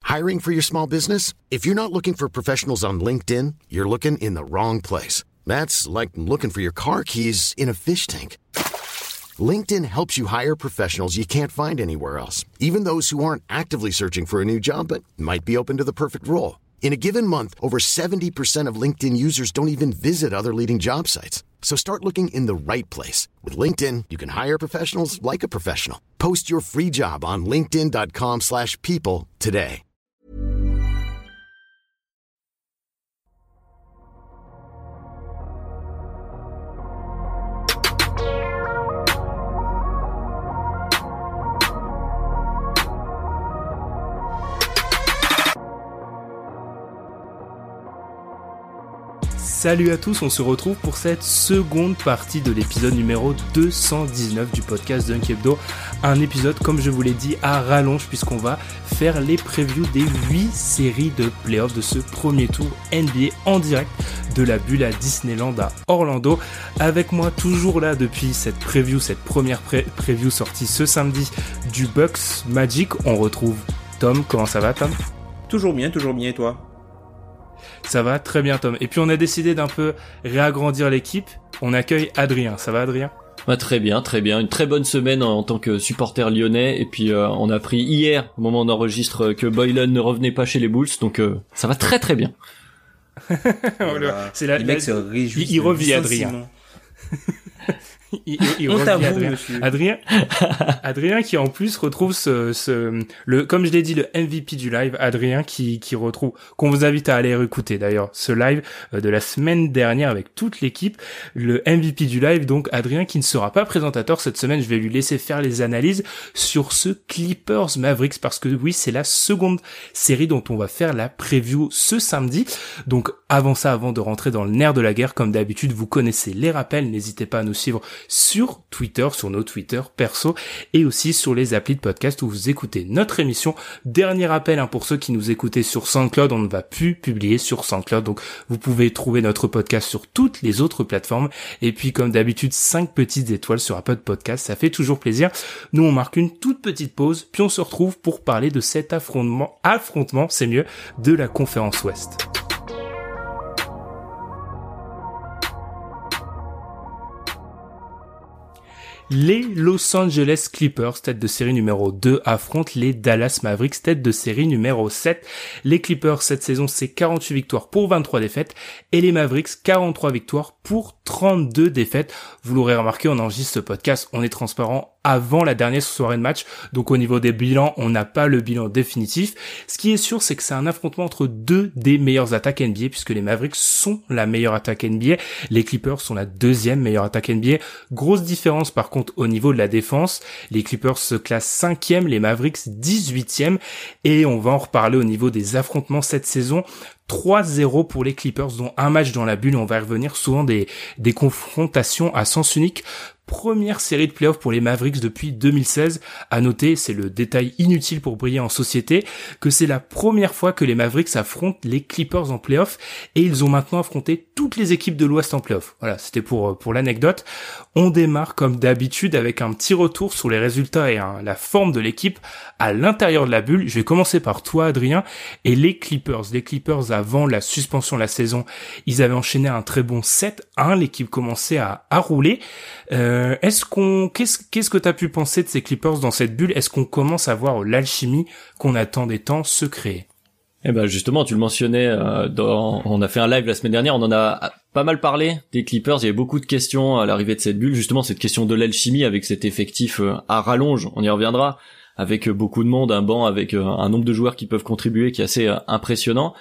Hiring for your small business? If you're not looking for professionals on LinkedIn, you're looking in the wrong place. That's like looking for your car keys in a fish tank. LinkedIn helps you hire professionals you can't find anywhere else, even those who aren't actively searching for a new job but might be open to the perfect role. In a given month, over 70% of LinkedIn users don't even visit other leading job sites. So start looking in the right place. With LinkedIn, you can hire professionals like a professional. Post your free job on linkedin.com/people today. Salut à tous, on se retrouve pour cette seconde partie de l'épisode numéro 219 du podcast Dunk Hebdo. Un épisode, comme je vous l'ai dit, à rallonge puisqu'on va faire les previews des 8 séries de playoffs de ce premier tour NBA en direct de la bulle à Disneyland à Orlando. Avec moi toujours là depuis cette première preview sortie ce samedi du Bucks Magic, on retrouve Tom. Comment ça va, Tom ? Toujours bien, et toi ? Ça va très bien, Tom. Et puis on a décidé d'un peu réagrandir l'équipe. On accueille Adrien. Ça va, Adrien ? Bah, très bien. Une très bonne semaine en tant que supporter lyonnais. Et puis on a appris hier, au moment d'enregistre, que Boylen ne revenait pas chez les Bulls. Donc ça va très très bien. Voilà. C'est les mecs se réjouissent. Il revit, Adrien. Il revient, Adrien qui en plus retrouve comme je l'ai dit, le MVP du live, Adrien qui retrouve, qu'on vous invite à aller écouter d'ailleurs, ce live de la semaine dernière avec toute l'équipe, le MVP du live, donc Adrien qui ne sera pas présentateur cette semaine. Je vais lui laisser faire les analyses sur ce Clippers Mavericks parce que oui, c'est la seconde série dont on va faire la preview ce samedi. Donc avant de rentrer dans le nerf de la guerre, comme d'habitude, vous connaissez les rappels, n'hésitez pas à nous suivre sur Twitter, sur nos Twitter perso et aussi sur les applis de podcast où vous écoutez notre émission. Dernier rappel pour ceux qui nous écoutaient sur SoundCloud, on ne va plus publier sur SoundCloud, donc vous pouvez trouver notre podcast sur toutes les autres plateformes. Et puis comme d'habitude, 5 petites étoiles sur Apple Podcast, ça fait toujours plaisir. Nous on marque une toute petite pause, puis on se retrouve pour parler de cet affrontement, c'est mieux, de la conférence Ouest. Les Los Angeles Clippers, tête de série numéro 2, affrontent les Dallas Mavericks, tête de série numéro 7. Les Clippers, cette saison, c'est 48 victoires pour 23 défaites et les Mavericks, 43 victoires pour 32 défaites. Vous l'aurez remarqué, on enregistre ce podcast, on est transparent avant la dernière soirée de match. Donc au niveau des bilans, on n'a pas le bilan définitif. Ce qui est sûr, c'est que c'est un affrontement entre deux des meilleures attaques NBA puisque les Mavericks sont la meilleure attaque NBA. Les Clippers sont la deuxième meilleure attaque NBA. Grosse différence par contre au niveau de la défense. Les Clippers se classent 5e, les Mavericks 18e. Et on va en reparler au niveau des affrontements cette saison. 3-0 pour les Clippers, dont un match dans la bulle. On va y revenir, souvent des confrontations à sens unique. Première série de playoffs pour les Mavericks depuis 2016. À noter, c'est le détail inutile pour briller en société, que c'est la première fois que les Mavericks affrontent les Clippers en playoffs et ils ont maintenant affronté toutes les équipes de l'Ouest en playoffs. Voilà, c'était pour l'anecdote. On démarre comme d'habitude avec un petit retour sur les résultats et la forme de l'équipe à l'intérieur de la bulle. Je vais commencer par toi, Adrien, et les Clippers. Les Clippers, avant la suspension de la saison, ils avaient enchaîné un très bon 7-1. L'équipe commençait à rouler. Qu'est-ce que t'as pu penser de ces Clippers dans cette bulle ? Est-ce qu'on commence à voir l'alchimie qu'on attendait tant se créer ? Eh ben justement, tu le mentionnais, on a fait un live la semaine dernière, on en a pas mal parlé des Clippers. Il y avait beaucoup de questions à l'arrivée de cette bulle, justement cette question de l'alchimie avec cet effectif à rallonge. On y reviendra, avec beaucoup de monde, un banc avec un nombre de joueurs qui peuvent contribuer qui est assez impressionnant.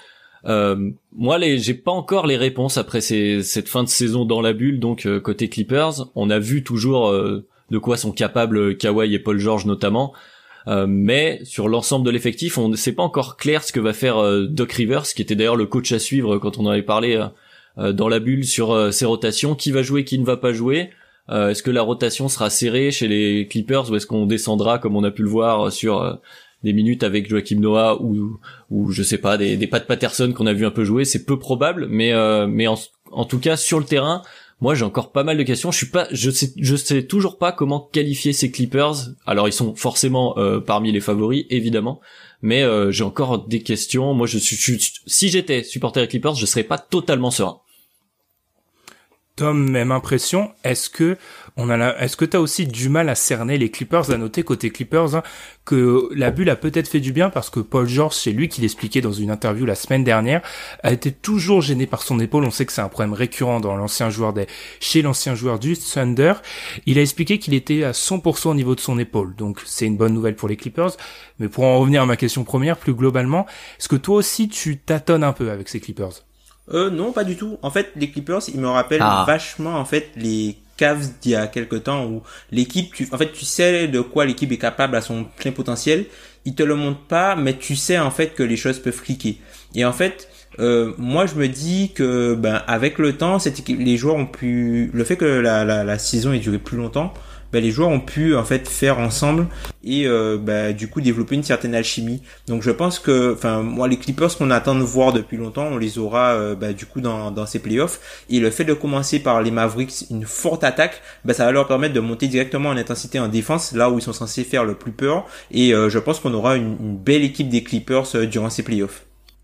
Moi, j'ai pas encore les réponses après cette fin de saison dans la bulle. Donc côté Clippers, on a vu toujours de quoi sont capables Kawhi et Paul George notamment. Mais sur l'ensemble de l'effectif, c'est pas encore clair ce que va faire Doc Rivers, qui était d'ailleurs le coach à suivre quand on en avait parlé dans la bulle sur ses rotations. Qui va jouer, qui ne va pas jouer. Est-ce que la rotation sera serrée chez les Clippers ou est-ce qu'on descendra comme on a pu le voir sur des minutes avec Joakim Noah ou je sais pas des Pat Patterson qu'on a vu un peu jouer? C'est peu probable, mais en tout cas sur le terrain, moi j'ai encore pas mal de questions. Je sais toujours pas comment qualifier ces Clippers. Alors ils sont forcément parmi les favoris évidemment, mais j'ai encore des questions. Moi, si j'étais supporter des Clippers, je serais pas totalement serein. Tom, même impression. Est-ce que t'as aussi du mal à cerner les Clippers, à noter côté Clippers, hein, que la bulle a peut-être fait du bien parce que Paul George, c'est lui qui l'expliquait dans une interview la semaine dernière, a été toujours gêné par son épaule. On sait que c'est un problème récurrent chez l'ancien joueur du Thunder. Il a expliqué qu'il était à 100% au niveau de son épaule. Donc, c'est une bonne nouvelle pour les Clippers. Mais pour en revenir à ma question première, plus globalement, est-ce que toi aussi tu tâtonnes un peu avec ces Clippers? Non, pas du tout. En fait, les Clippers, ils me rappellent vachement, en fait, les Cavs d'il y a quelque temps où l'équipe, tu sais de quoi l'équipe est capable à son plein potentiel. Ils te le montrent pas, mais tu sais, en fait, que les choses peuvent cliquer. Et en fait, moi, je me dis que, avec le temps, les joueurs ont pu, le fait que la saison ait duré plus longtemps, les joueurs ont pu en fait faire ensemble et du coup développer une certaine alchimie. Donc je pense que moi les Clippers qu'on attend de voir depuis longtemps, on les aura du coup dans ces playoffs, et le fait de commencer par les Mavericks, une forte attaque, ça va leur permettre de monter directement en intensité en défense, là où ils sont censés faire le plus peur, et je pense qu'on aura une belle équipe des Clippers durant ces playoffs.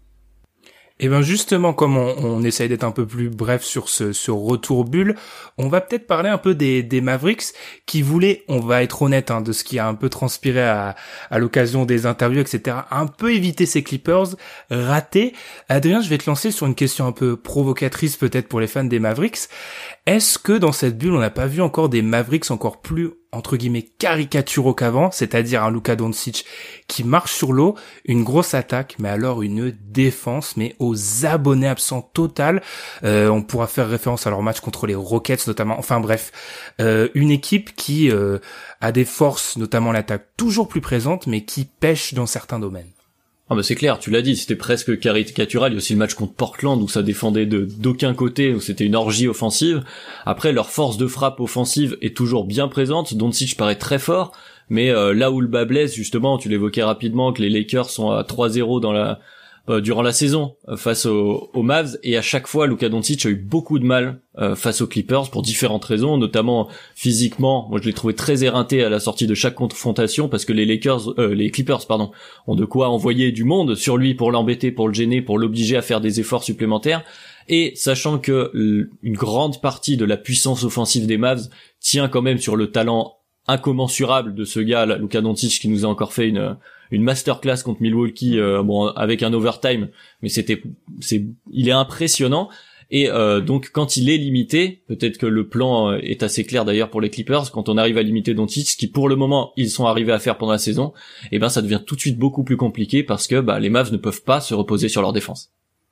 Et justement, comme on essaye d'être un peu plus bref sur ce retour bulle, on va peut-être parler un peu des Mavericks qui voulaient, on va être honnête, de ce qui a un peu transpiré à l'occasion des interviews, etc., un peu éviter ces Clippers ratés. Adrien, je vais te lancer sur une question un peu provocatrice peut-être pour les fans des Mavericks. Est-ce que dans cette bulle, on n'a pas vu encore des Mavericks encore plus, entre guillemets, caricaturaux qu'avant, c'est-à-dire un Luka Doncic qui marche sur l'eau, une grosse attaque, mais alors une défense, mais aux abonnés absents total. On pourra faire référence à leur match contre les Rockets notamment. Enfin bref, une équipe qui a des forces, notamment l'attaque, toujours plus présente, mais qui pêche dans certains domaines. Ah c'est clair, tu l'as dit, c'était presque caricatural. Il y a aussi le match contre Portland où ça défendait d'aucun côté, où c'était une orgie offensive. Après, leur force de frappe offensive est toujours bien présente. Doncic paraît très fort, mais là où le bas blesse, justement, tu l'évoquais rapidement, que les Lakers sont à 3-0 durant la saison face aux Mavs, et à chaque fois Luka Doncic a eu beaucoup de mal face aux Clippers pour différentes raisons, notamment physiquement. Moi je l'ai trouvé très éreinté à la sortie de chaque confrontation parce que les Clippers ont de quoi envoyer du monde sur lui pour l'embêter, pour le gêner, pour l'obliger à faire des efforts supplémentaires. Et sachant que une grande partie de la puissance offensive des Mavs tient quand même sur le talent incommensurable de ce gars, Luka Doncic, qui nous a encore fait une masterclass contre Milwaukee, avec un overtime, mais il est impressionnant. Et donc quand il est limité, peut-être que le plan est assez clair d'ailleurs pour les Clippers, quand on arrive à limiter Doncic, ce qui pour le moment ils sont arrivés à faire pendant la saison, ça devient tout de suite beaucoup plus compliqué parce que les Mavs ne peuvent pas se reposer sur leur défense.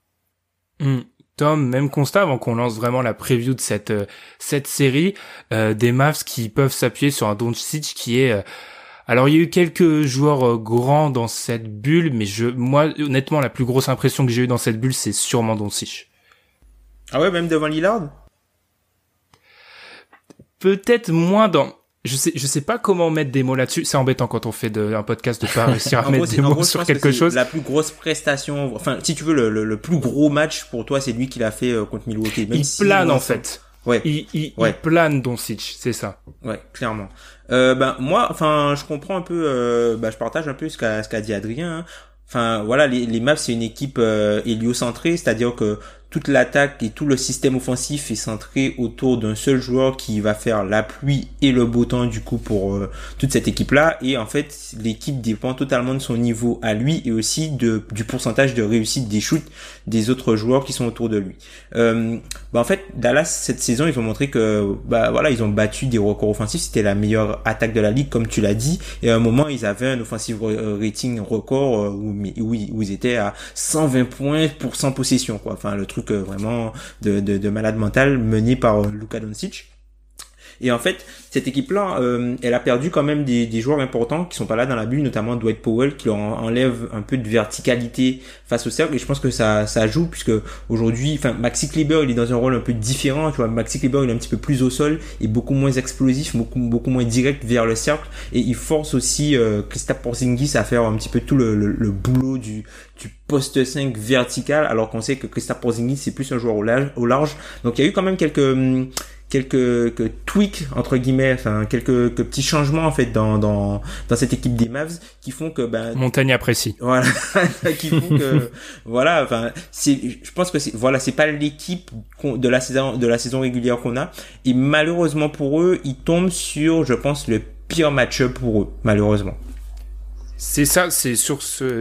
Tom, même constat avant qu'on lance vraiment la preview de cette série, des Mavs qui peuvent s'appuyer sur un Doncic qui est alors il y a eu quelques joueurs grands dans cette bulle, mais moi honnêtement la plus grosse impression que j'ai eue dans cette bulle, c'est sûrement Doncic. Ah ouais, même devant Lillard? Peut-être moins dans... Je sais pas comment mettre des mots là-dessus. C'est embêtant quand on fait un podcast de pas réussir à mettre des mots sur quelque chose. La plus grosse prestation, enfin, si tu veux, le plus gros match pour toi, c'est lui qui l'a fait contre Milwaukee. Même il plane en fait. Ouais. Il plane Doncic, c'est ça. Ouais, clairement. Moi, je comprends un peu, je partage un peu ce qu'a dit Adrien, hein. Enfin, voilà, les Mavs, c'est une équipe héliocentrée, c'est-à-dire que toute l'attaque et tout le système offensif est centré autour d'un seul joueur qui va faire la pluie et le beau temps du coup pour toute cette équipe-là. Et en fait, l'équipe dépend totalement de son niveau à lui et aussi du pourcentage de réussite des shoots des autres joueurs qui sont autour de lui. En fait, Dallas cette saison, ils ont montré que ils ont battu des records offensifs. C'était la meilleure attaque de la ligue, comme tu l'as dit. Et à un moment, ils avaient un offensive rating record où ils étaient à 120 points pour 100 possessions, quoi. Enfin, le truc vraiment de malade mental mené par Luka Doncic. Et en fait, cette équipe-là, elle a perdu quand même des joueurs importants qui sont pas là dans la bulle, notamment Dwight Powell, qui leur enlève un peu de verticalité face au cercle. Et je pense que ça joue, puisque aujourd'hui, Maxi Kleber, il est dans un rôle un peu différent. Tu vois, Maxi Kleber, il est un petit peu plus au sol et beaucoup moins explosif, beaucoup moins direct vers le cercle. Et il force aussi Kristaps Porzingis à faire un petit peu tout le boulot du poste 5 vertical, alors qu'on sait que Kristaps Porzingis, c'est plus un joueur au large. Donc il y a eu quand même quelques quelques tweaks entre guillemets, enfin quelques petits changements en fait dans cette équipe des Mavs qui font que Montagne apprécie. Voilà, qui font que voilà, enfin je pense que c'est pas l'équipe de la saison régulière qu'on a, et malheureusement pour eux, ils tombent sur, je pense, le pire match-up pour eux, malheureusement. C'est ça, c'est sur ce,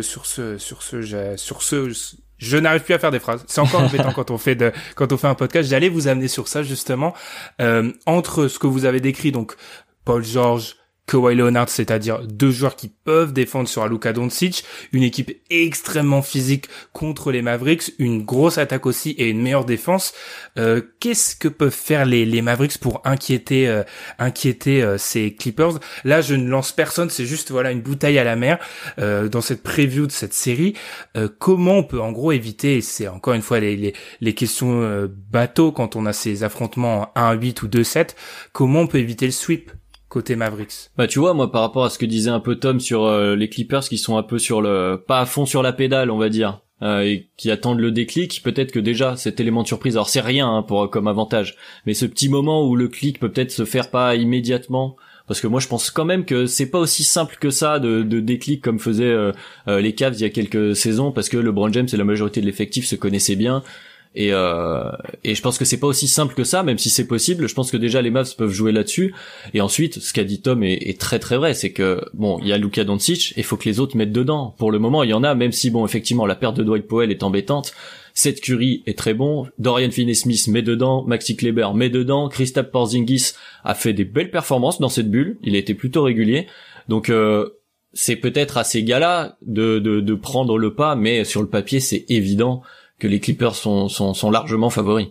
je n'arrive plus à faire des phrases. C'est encore embêtant quand on fait un podcast. J'allais vous amener sur ça, justement, entre ce que vous avez décrit, donc, Paul George, Kawhi Leonard, c'est-à-dire deux joueurs qui peuvent défendre sur Luka Doncic, une équipe extrêmement physique contre les Mavericks, une grosse attaque aussi et une meilleure défense. Qu'est-ce que peuvent faire les Mavericks pour inquiéter ces Clippers? Là, je ne lance personne, c'est juste une bouteille à la mer dans cette preview de cette série. Comment on peut en gros éviter, et c'est encore une fois les questions bateau quand on a ces affrontements 1-8 ou 2-7, comment on peut éviter le sweep côté Mavericks? Tu vois, moi, par rapport à ce que disait un peu Tom sur les Clippers qui sont un peu pas à fond sur la pédale, on va dire, et qui attendent le déclic, peut-être que déjà, cet élément de surprise, alors c'est rien, comme avantage, mais ce petit moment où le clic peut peut-être se faire pas immédiatement, parce que moi, je pense quand même que c'est pas aussi simple que ça de déclic comme faisaient les Cavs il y a quelques saisons, parce que LeBron James et la majorité de l'effectif se connaissaient bien. Et je pense que c'est pas aussi simple que ça, même si c'est possible. Je pense que déjà les Mavs peuvent jouer là-dessus. Et ensuite, ce qu'a dit Tom est très très vrai, c'est que il y a Luka Doncic et il faut que les autres mettent dedans. Pour le moment, il y en a, même si effectivement la perte de Dwight Powell est embêtante. Seth Curry est très bon, Dorian Finney-Smith met dedans, Maxi Kleber met dedans, Kristaps Porzingis a fait des belles performances dans cette bulle, il a été plutôt régulier. Donc c'est peut-être à ces gars-là de prendre le pas, mais sur le papier, c'est évident que les Clippers sont largement favoris.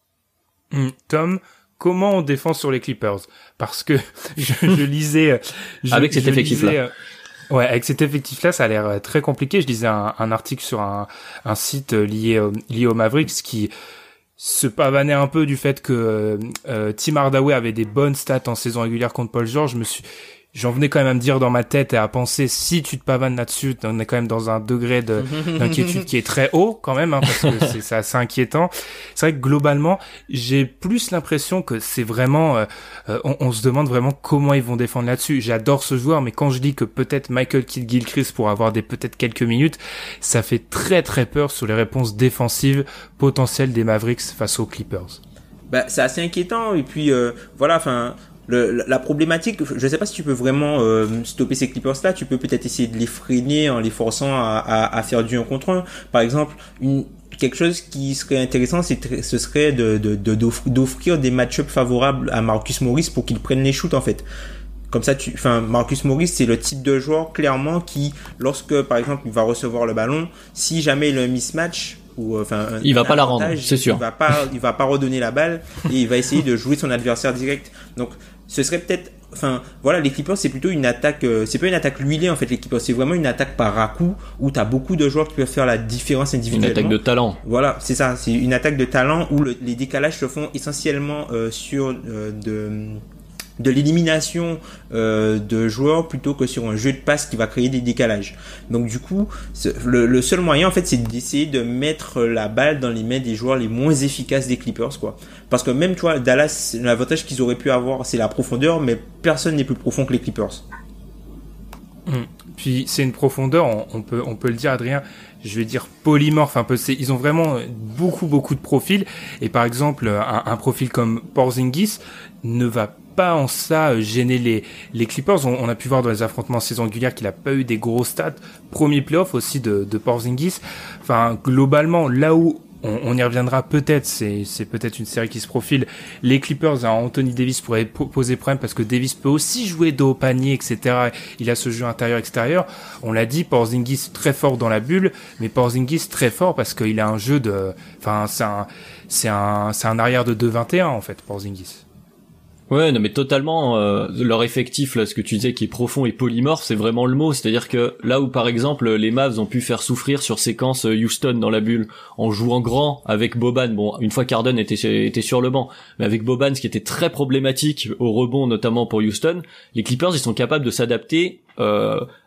Tom, comment on défend sur les Clippers? Parce que je lisais... avec cet effectif-là. Avec cet effectif-là, ça a l'air très compliqué. Je lisais un article sur un site lié aux Mavericks qui se pavanait un peu du fait que Tim Hardaway avait des bonnes stats en saison régulière contre Paul George. J'en venais quand même à me dire dans ma tête et à penser, si tu te pavanes là-dessus, on est quand même dans un degré d'inquiétude qui est très haut quand même, parce que c'est assez inquiétant. C'est vrai que globalement, j'ai plus l'impression que c'est vraiment, on se demande vraiment comment ils vont défendre là-dessus. J'adore ce joueur, mais quand je dis que peut-être Michael Kidd-Gilchrist pourra avoir peut-être quelques minutes, ça fait très très peur sur les réponses défensives potentielles des Mavericks face aux Clippers. C'est assez inquiétant, et puis la problématique, je sais pas si tu peux vraiment stopper ces Clippers-là. Tu peux peut-être essayer de les freiner en les forçant à faire du 1 contre 1. Par exemple, quelque chose qui serait intéressant, ce serait d'offrir des match-ups favorables à Marcus Morris pour qu'il prenne les shoots en fait. Comme ça, Marcus Morris, c'est le type de joueur clairement qui, lorsque par exemple il va recevoir le ballon, si jamais il a un mismatch, il va pas la rendre, c'est sûr. Il va pas redonner la balle et il va essayer de jouer son adversaire direct. Donc, ce serait peut-être, les Clippers, c'est plutôt une attaque, c'est pas une attaque huilée, en fait, les Clippers. C'est vraiment une attaque par à-coup où t'as beaucoup de joueurs qui peuvent faire la différence individuellement. Une attaque de talent. Voilà, c'est ça. C'est une attaque de talent où les décalages se font essentiellement, sur, de l'élimination de joueurs plutôt que sur un jeu de passe qui va créer des décalages. Donc du coup, le seul moyen en fait, c'est d'essayer de mettre la balle dans les mains des joueurs les moins efficaces des Clippers, quoi. Parce que même, tu vois, Dallas, l'avantage qu'ils auraient pu avoir, c'est la profondeur, mais personne n'est plus profond que les Clippers. Puis c'est une profondeur, on peut le dire, Adrien, je vais dire polymorphe un peu. Ils ont vraiment beaucoup de profils, et par exemple un profil comme Porzingis ne va pas en ça gêner les Clippers. On a pu voir dans les affrontements en saison régulière qu'il a pas eu des gros stats. Premier playoff aussi de Porzingis. Globalement, là où on y reviendra peut-être, c'est peut-être une série qui se profile. Les Clippers, Anthony Davis pourrait poser problème parce que Davis peut aussi jouer dos au panier, etc. Il a ce jeu intérieur-extérieur. On l'a dit, Porzingis très fort dans la bulle, mais Porzingis très fort parce qu'il a un jeu c'est un arrière de 2-21 en fait, Porzingis. Ouais, non mais totalement, leur effectif là, ce que tu disais qui est profond et polymorphe, c'est vraiment le mot, c'est-à-dire que là où par exemple les Mavs ont pu faire souffrir sur séquence Houston dans la bulle en jouant grand avec Boban, une fois qu'Harden était sur le banc, mais avec Boban, ce qui était très problématique au rebond notamment pour Houston, les Clippers ils sont capables de s'adapter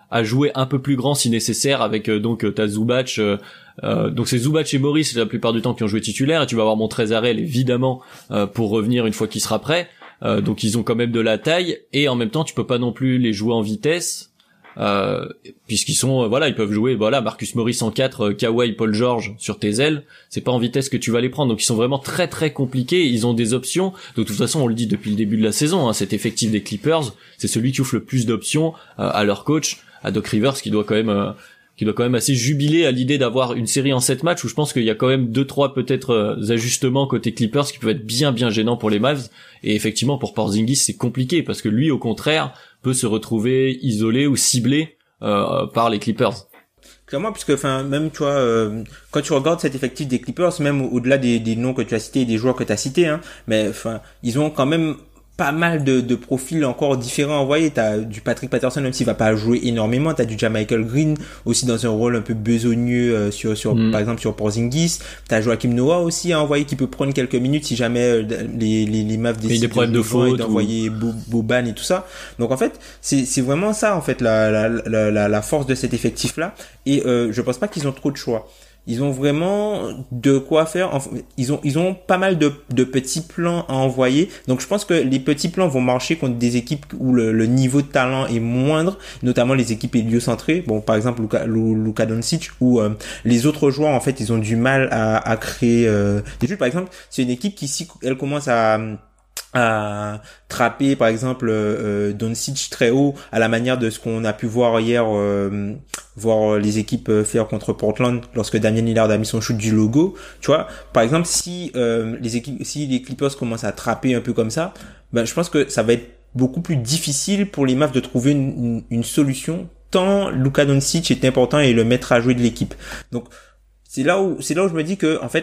à jouer un peu plus grand si nécessaire avec donc t'as Zubac, donc c'est Zubac et Maurice la plupart du temps qui ont joué titulaire, et tu vas avoir Montrezarel évidemment pour revenir une fois qu'il sera prêt. Donc ils ont quand même de la taille, et en même temps tu peux pas non plus les jouer en vitesse. Puisqu'ils sont ils peuvent jouer Marcus Morris en 4, Kawhi, Paul George sur tes ailes, c'est pas en vitesse que tu vas les prendre, donc ils sont vraiment très très compliqués. Ils ont des options, de toute façon on le dit depuis le début de la saison, hein, cet effectif des Clippers, c'est celui qui offre le plus d'options à leur coach, à Doc Rivers, qui doit quand même assez jubiler à l'idée d'avoir une série en 7 matchs où je pense qu'il y a quand même 2-3 peut-être ajustements côté Clippers qui peuvent être bien gênants pour les Mavs. Et effectivement pour Porzingis c'est compliqué parce que lui au contraire peut se retrouver isolé ou ciblé par les Clippers. Clairement, puisque même tu vois, quand tu regardes cet effectif des Clippers, même au-delà des noms que tu as cités et des joueurs que tu as cités, hein, mais ils ont quand même pas mal de profils encore différents à envoyer. T'as du Patrick Patterson, même s'il va pas jouer énormément. T'as du Jamichael Green aussi dans un rôle un peu besogneux sur par exemple sur Porzingis. T'as Joakim Noah aussi à envoyer qui peut prendre quelques minutes si jamais les Mavs décident des problèmes de faute d'envoyer Boban et tout ça. Donc en fait c'est vraiment ça en fait la force de cet effectif là. Et je pense pas qu'ils ont trop de choix. Ils ont vraiment de quoi faire. Ils ont pas mal de petits plans à envoyer. Donc je pense que les petits plans vont marcher contre des équipes où le niveau de talent est moindre, notamment les équipes héliocentrées. Bon, par exemple Luka Doncic, où les autres joueurs en fait ils ont du mal à créer des jeux. Par exemple, c'est une équipe qui si elle commence à trapper par exemple Doncic très haut à la manière de ce qu'on a pu voir hier voir les équipes faire contre Portland lorsque Damian Lillard a mis son shoot du logo, tu vois. Par exemple, si les Clippers commencent à trapper un peu comme ça, je pense que ça va être beaucoup plus difficile pour les Mavs de trouver une solution, tant Luka Doncic est important et le maître à jouer de l'équipe. Donc c'est là où je me dis que en fait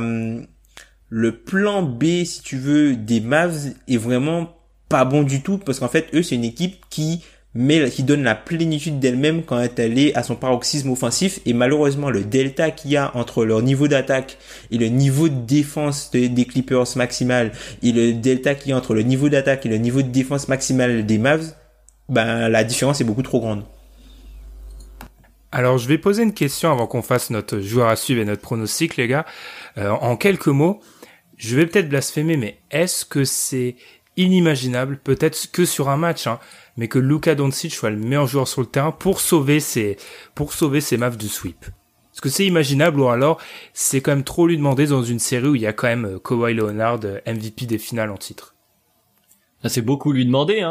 le plan B, si tu veux, des Mavs est vraiment pas bon du tout, parce qu'en fait, eux, c'est une équipe qui donne la plénitude d'elle-même quand elle est à son paroxysme offensif, et malheureusement, le delta qu'il y a entre leur niveau d'attaque et le niveau de défense des Clippers maximal, et le delta qu'il y a entre le niveau d'attaque et le niveau de défense maximal des Mavs, la différence est beaucoup trop grande. Alors, je vais poser une question avant qu'on fasse notre joueur à suivre et notre pronostic, les gars. En quelques mots, je vais peut-être blasphémer, mais est-ce que c'est inimaginable, peut-être que sur un match, mais que Luka Doncic soit le meilleur joueur sur le terrain pour sauver ses Mavs du sweep? Est-ce que c'est imaginable, ou alors c'est quand même trop lui demander dans une série où il y a quand même Kawhi Leonard, MVP des finales en titre? C'est beaucoup lui demander,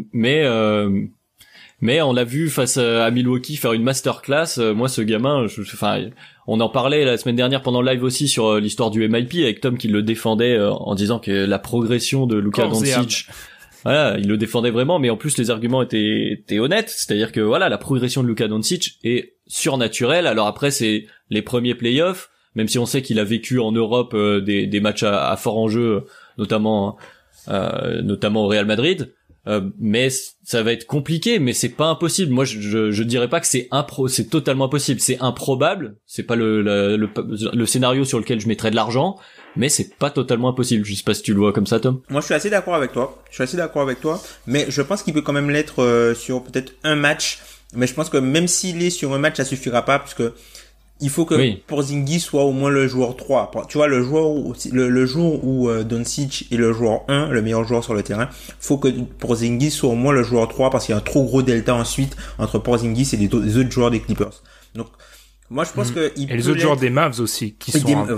mais on l'a vu face à Milwaukee faire une masterclass. Moi, ce gamin, on en parlait la semaine dernière pendant le live aussi sur l'histoire du MIP avec Tom qui le défendait en disant que la progression de Luka Doncic, il le défendait vraiment, mais en plus les arguments étaient honnêtes, c'est-à-dire que la progression de Luka Doncic est surnaturelle. Alors après, c'est les premiers playoffs, même si on sait qu'il a vécu en Europe des matchs à fort enjeu, notamment au Real Madrid. Mais ça va être compliqué, mais c'est pas impossible. Moi, je dirais pas que c'est totalement impossible. C'est improbable. C'est pas le scénario sur lequel je mettrais de l'argent, mais c'est pas totalement impossible. Je sais pas si tu le vois comme ça, Tom. Moi, je suis assez d'accord avec toi. Mais je pense qu'il peut quand même l'être sur peut-être un match. Mais je pense que même s'il est sur un match, ça suffira pas, parce que il faut que Porzingis soit au moins le joueur 3. Tu vois, le jour où Doncic est le joueur 1, le meilleur joueur sur le terrain, faut que Porzingis soit au moins le joueur 3, parce qu'il y a un trop gros delta ensuite entre Porzingis et les autres joueurs des Clippers. Donc, moi, je pense que et les autres joueurs des Mavs aussi, qui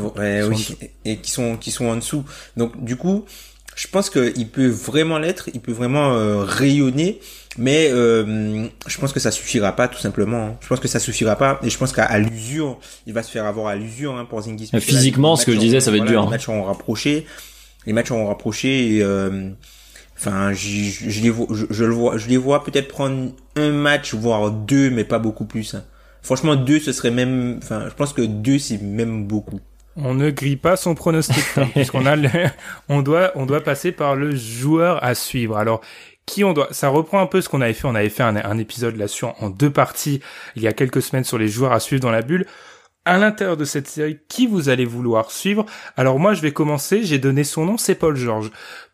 sont en dessous. Donc, du coup, je pense qu'il peut vraiment l'être, il peut vraiment rayonner, mais je pense que ça suffira pas, tout simplement. Je pense que ça suffira pas, et je pense qu'à l'usure, il va se faire avoir à l'usure, Porzingis. Physiquement, ce que je disais, ça va être dur. Les matchs auront rapproché, et je les vois peut-être prendre un match, voire 2, mais pas beaucoup plus. Franchement, 2, ce serait même, je pense que 2, c'est même beaucoup. On ne grille pas son pronostic, puisqu'on on doit passer par le joueur à suivre. Alors, ça reprend un peu ce qu'on avait fait. On avait fait un épisode là-dessus en 2 parties il y a quelques semaines sur les joueurs à suivre dans la bulle. À l'intérieur de cette série, qui vous allez vouloir suivre? Alors moi, je vais commencer. J'ai donné son nom, c'est Paul George.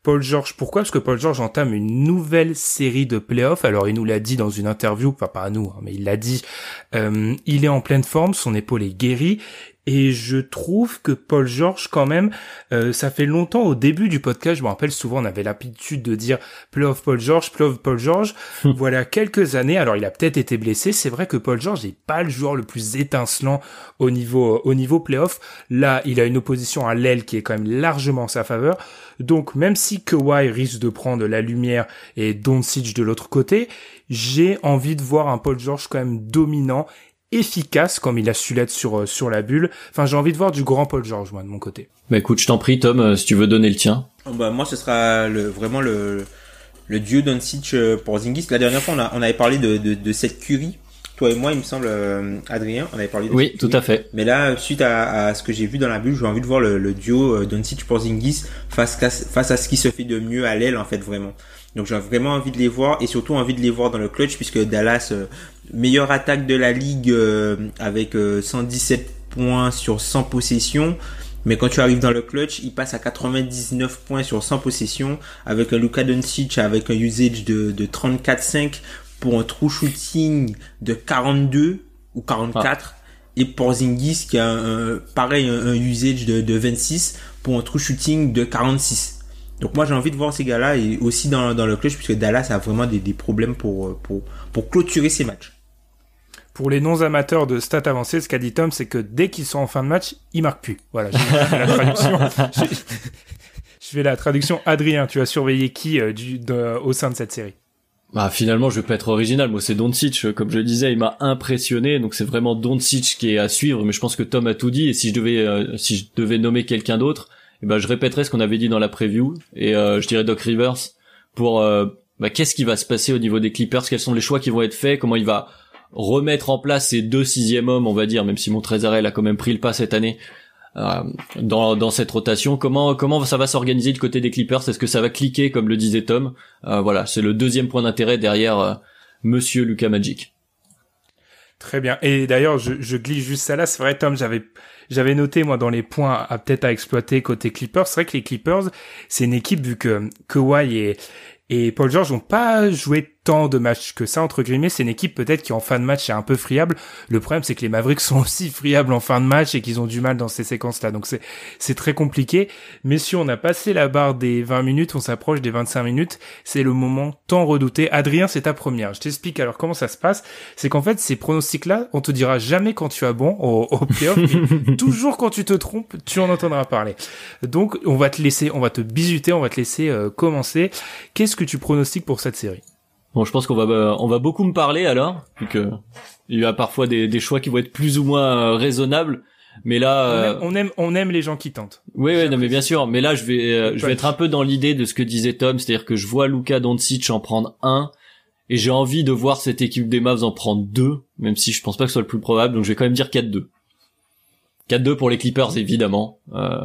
Paul George. Pourquoi? Parce que Paul George entame une nouvelle série de playoffs. Alors, il nous l'a dit dans une interview, enfin pas à nous, mais il l'a dit. Il est en pleine forme, son épaule est guérie. Et je trouve que Paul George, quand même, ça fait longtemps, au début du podcast, je me rappelle souvent, on avait l'habitude de dire playoff Paul George, playoff Paul George. Voilà quelques années, alors il a peut-être été blessé. C'est vrai que Paul George n'est pas le joueur le plus étincelant au niveau playoff. Là, il a une opposition à l'aile qui est quand même largement en sa faveur. Donc, même si Kawhi risque de prendre la lumière et Doncic de l'autre côté, j'ai envie de voir un Paul George quand même dominant, efficace comme il a su l'être sur la bulle. Enfin, j'ai envie de voir du grand Paul George, moi, de mon côté. Bah écoute, je t'en prie, Tom, si tu veux donner le tien. Bah moi, ce sera vraiment le duo Doncic pour Porzingis. La dernière fois, on avait parlé de cette Curry. Toi et moi, il me semble, Adrien, on avait parlé de oui, tout à fait. Mais là, suite à ce que j'ai vu dans la bulle, j'ai envie de voir le duo Doncic Porzingis face à ce qui se fait de mieux à l'aile, en fait, vraiment. Donc j'ai vraiment envie de les voir, et surtout envie de les voir dans le clutch, puisque Dallas, meilleure attaque de la ligue avec 117 points sur 100 possessions. Mais quand tu arrives dans le clutch, il passe à 99 points sur 100 possessions, avec un Luka Doncic avec un usage de 34,5 pour un true shooting de 42 ou 44, et Porzingis qui a un usage de 26 pour un true shooting de 46. Donc moi j'ai envie de voir ces gars-là, et aussi dans le clutch, puisque Dallas a vraiment des problèmes pour clôturer ces matchs. Pour les non-amateurs de stats avancées, ce qu'a dit Tom, c'est que dès qu'ils sont en fin de match, ils marquent plus. Voilà, je fais la traduction. Je fais la traduction. Adrien, tu as surveillé qui au sein de cette série? Bah finalement, je vais pas être original. Moi, c'est Doncic, comme je le disais, il m'a impressionné. Donc c'est vraiment Doncic qui est à suivre. Mais je pense que Tom a tout dit. Et si je devais nommer quelqu'un d'autre, eh ben je répéterais ce qu'on avait dit dans la preview, et je dirais Doc Rivers pour qu'est-ce qui va se passer au niveau des Clippers, quels sont les choix qui vont être faits, comment il va remettre en place ces deux sixième hommes, on va dire, même si Montrezl a quand même pris le pas cette année dans cette rotation. Comment ça va s'organiser du côté des Clippers? Est-ce que ça va cliquer comme le disait Tom? Voilà, c'est le deuxième point d'intérêt derrière Monsieur Luka Magic. Très bien. Et d'ailleurs, je glisse juste ça là. C'est vrai, Tom, j'avais noté, moi, dans les points peut-être à exploiter côté Clippers. C'est vrai que les Clippers, c'est une équipe, vu que Kawhi et Paul George n'ont pas joué tant de matchs que ça, entre guillemets. C'est une équipe peut-être qui en fin de match est un peu friable. Le problème, c'est que les Mavericks sont aussi friables en fin de match et qu'ils ont du mal dans ces séquences-là. Donc c'est très compliqué. Messieurs, on a passé la barre des 20 minutes, on s'approche des 25 minutes. C'est le moment tant redouté. Adrien, c'est ta première. Je t'explique alors comment ça se passe. C'est qu'en fait, ces pronostics-là, on te dira jamais quand tu as bon au playoff, mais toujours quand tu te trompes, tu en entendras parler. Donc, on va te bisuter, on va te laisser commencer. Qu'est-ce que tu pronostiques pour cette série? Bon, je pense qu'on va beaucoup me parler alors, vu que il y a parfois des choix qui vont être plus ou moins raisonnables, mais là on aime les gens qui tentent. Oui, non mais bien sûr, mais là je vais être un peu dans l'idée de ce que disait Tom, c'est-à-dire que je vois Luka Doncic en prendre un, et j'ai envie de voir cette équipe des Mavs en prendre deux, même si je pense pas que ce soit le plus probable, donc je vais quand même dire 4-2. 4-2 pour les Clippers évidemment.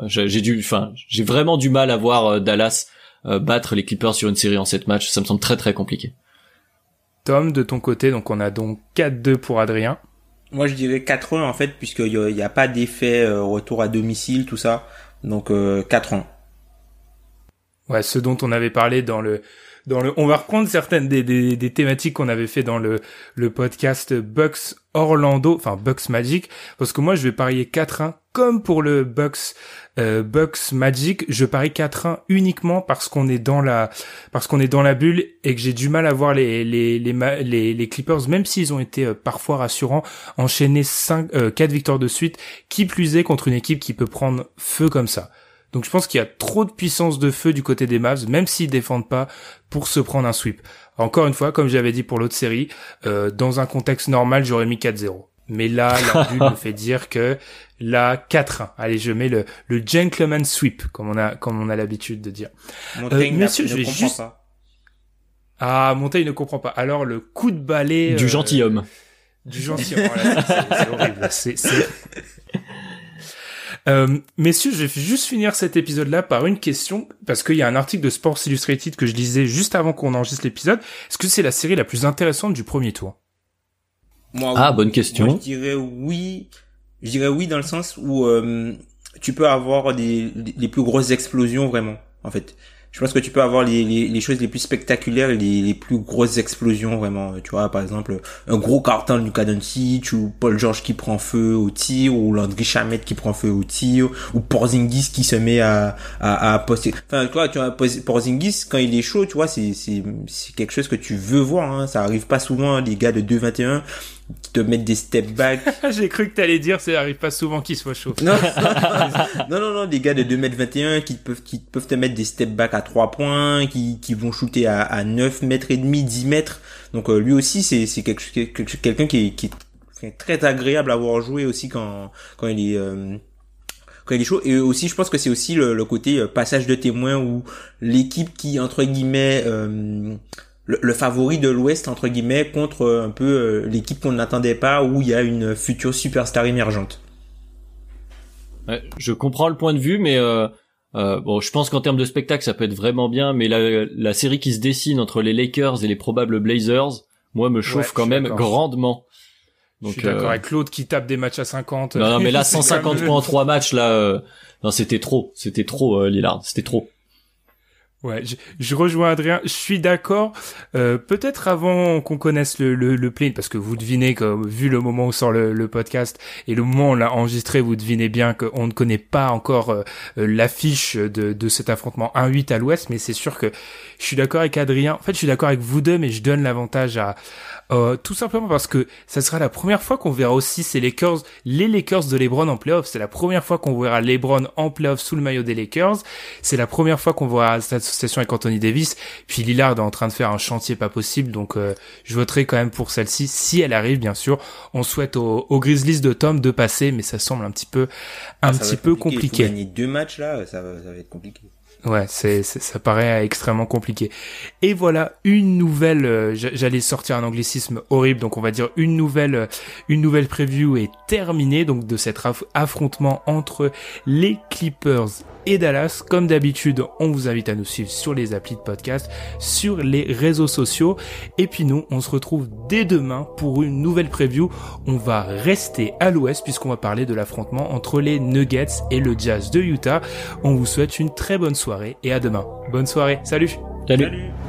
J'ai vraiment du mal à voir Dallas battre les Clippers sur une série en 7 matchs, ça me semble très très compliqué. Tom, de ton côté, donc on a donc 4-2 pour Adrien. Moi je dirais 4-1 en fait, puisqu'il y a pas d'effet retour à domicile, tout ça. Donc 4-1. Ouais, ce dont on avait parlé dans le on va reprendre certaines des thématiques qu'on avait fait dans le podcast Bucks Orlando, enfin Bucks Magic, parce que moi je vais parier 4-1 comme pour le Bucks Magic, je parie 4-1 uniquement parce qu'on est dans la bulle et que j'ai du mal à voir les Clippers, même s'ils ont été parfois rassurants, enchaîner 4 victoires de suite, qui plus est contre une équipe qui peut prendre feu comme ça. Donc je pense qu'il y a trop de puissance de feu du côté des Mavs, même s'ils défendent pas, pour se prendre un sweep. Encore une fois, comme j'avais dit pour l'autre série, dans un contexte normal, j'aurais mis 4-0. Mais là, la bulle me fait dire que là, 4-1. Allez, je mets le gentleman sweep, comme on a l'habitude de dire. Messieurs, je vais juste... Pas. Ah, Montaigne ne comprend pas. Alors, le coup de balai... Du gentilhomme. Du gentilhomme. Voilà, c'est horrible. C'est... Messieurs, je vais juste finir cet épisode-là par une question, parce qu'il y a un article de Sports Illustrated que je lisais juste avant qu'on enregistre l'épisode. Est-ce que c'est la série la plus intéressante du premier tour? Moi, bonne question. Moi, je dirais oui. Je dirais oui dans le sens où tu peux avoir les plus grosses explosions vraiment. En fait, je pense que tu peux avoir les choses les plus spectaculaires et les plus grosses explosions, vraiment. Tu vois, par exemple, un gros carton de Luka Doncic, ou Paul George qui prend feu au tir, ou Landry Shamet qui prend feu au tir, ou Porzingis qui se met à poster. Enfin, tu vois, Porzingis, quand il est chaud, tu vois, c'est quelque chose que tu veux voir, hein. Ça arrive pas souvent, les gars de 2,21 qui te mettent des step back. J'ai cru que t'allais dire, ça arrive pas souvent qu'il soit chaud. Non, des gars de 2,21 qui peuvent te mettre des step back à 3 points, qui vont shooter à 9 mètres et demi, 10 mètres. Donc, lui aussi, c'est quelqu'un qui est très agréable à voir jouer aussi quand il est chaud. Et aussi, je pense que c'est aussi le côté passage de témoin, où l'équipe qui, entre guillemets, le favori de l'Ouest, entre guillemets, contre un peu l'équipe qu'on n'attendait pas, où il y a une future superstar émergente. Ouais, je comprends le point de vue, mais bon, je pense qu'en termes de spectacle, ça peut être vraiment bien, mais la série qui se dessine entre les Lakers et les probables Blazers, moi, me chauffe quand même grandement. Donc, je suis d'accord avec Claude qui tape des matchs à 50. Non, mais là, 150 points en 3 matchs, là, non, c'était trop, Lillard, c'était trop. Ouais, je rejoins Adrien, je suis d'accord. Peut-être avant qu'on connaisse le play, parce que vous devinez que, vu le moment où sort le podcast et le moment où on l'a enregistré, vous devinez bien qu'on ne connaît pas encore l'affiche de cet affrontement 1-8 à l'Ouest, mais c'est sûr que je suis d'accord avec Adrien. En fait, je suis d'accord avec vous deux, mais je donne l'avantage à tout simplement parce que ça sera la première fois qu'on verra aussi les Lakers de LeBron en playoff. C'est la première fois qu'on verra LeBron en playoff sous le maillot des Lakers. C'est la première fois qu'on verra cette association avec Anthony Davis. Puis Lillard est en train de faire un chantier pas possible, donc je voterai quand même pour celle-ci si elle arrive, bien sûr. On souhaite aux Grizzlies de Tom de passer, mais ça semble un petit peu compliqué. Il faut gagner 2 matchs là, ça va être compliqué. Ouais, ça paraît extrêmement compliqué. Et voilà, une nouvelle, j'allais sortir un anglicisme horrible, donc on va dire une nouvelle preview est terminée, donc de cet affrontement entre les Clippers et Dallas. Comme d'habitude, on vous invite à nous suivre sur les applis de podcast, sur les réseaux sociaux. Et puis nous, on se retrouve dès demain pour une nouvelle preview. On va rester à l'ouest puisqu'on va parler de l'affrontement entre les Nuggets et le Jazz de Utah. On vous souhaite une très bonne soirée et à demain. Bonne soirée. Salut. Salut.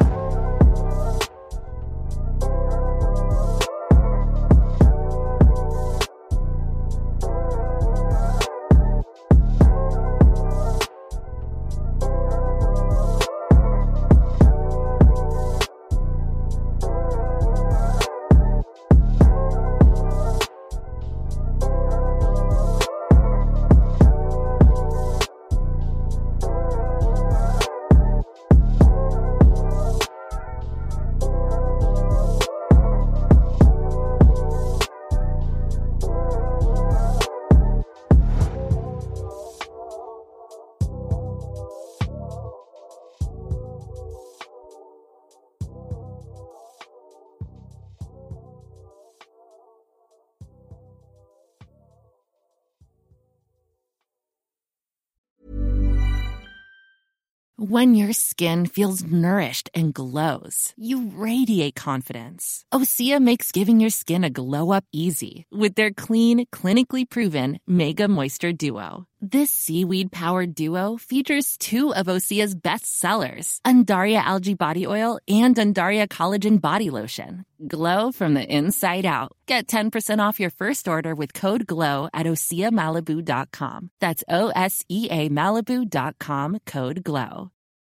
When your skin feels nourished and glows, you radiate confidence. Osea makes giving your skin a glow-up easy with their clean, clinically proven Mega Moisture Duo. This seaweed-powered duo features 2 of Osea's best sellers, Undaria Algae Body Oil and Undaria Collagen Body Lotion. Glow from the inside out. Get 10% off your first order with code GLOW at OseaMalibu.com. That's OSEAMalibu.com, code GLOW.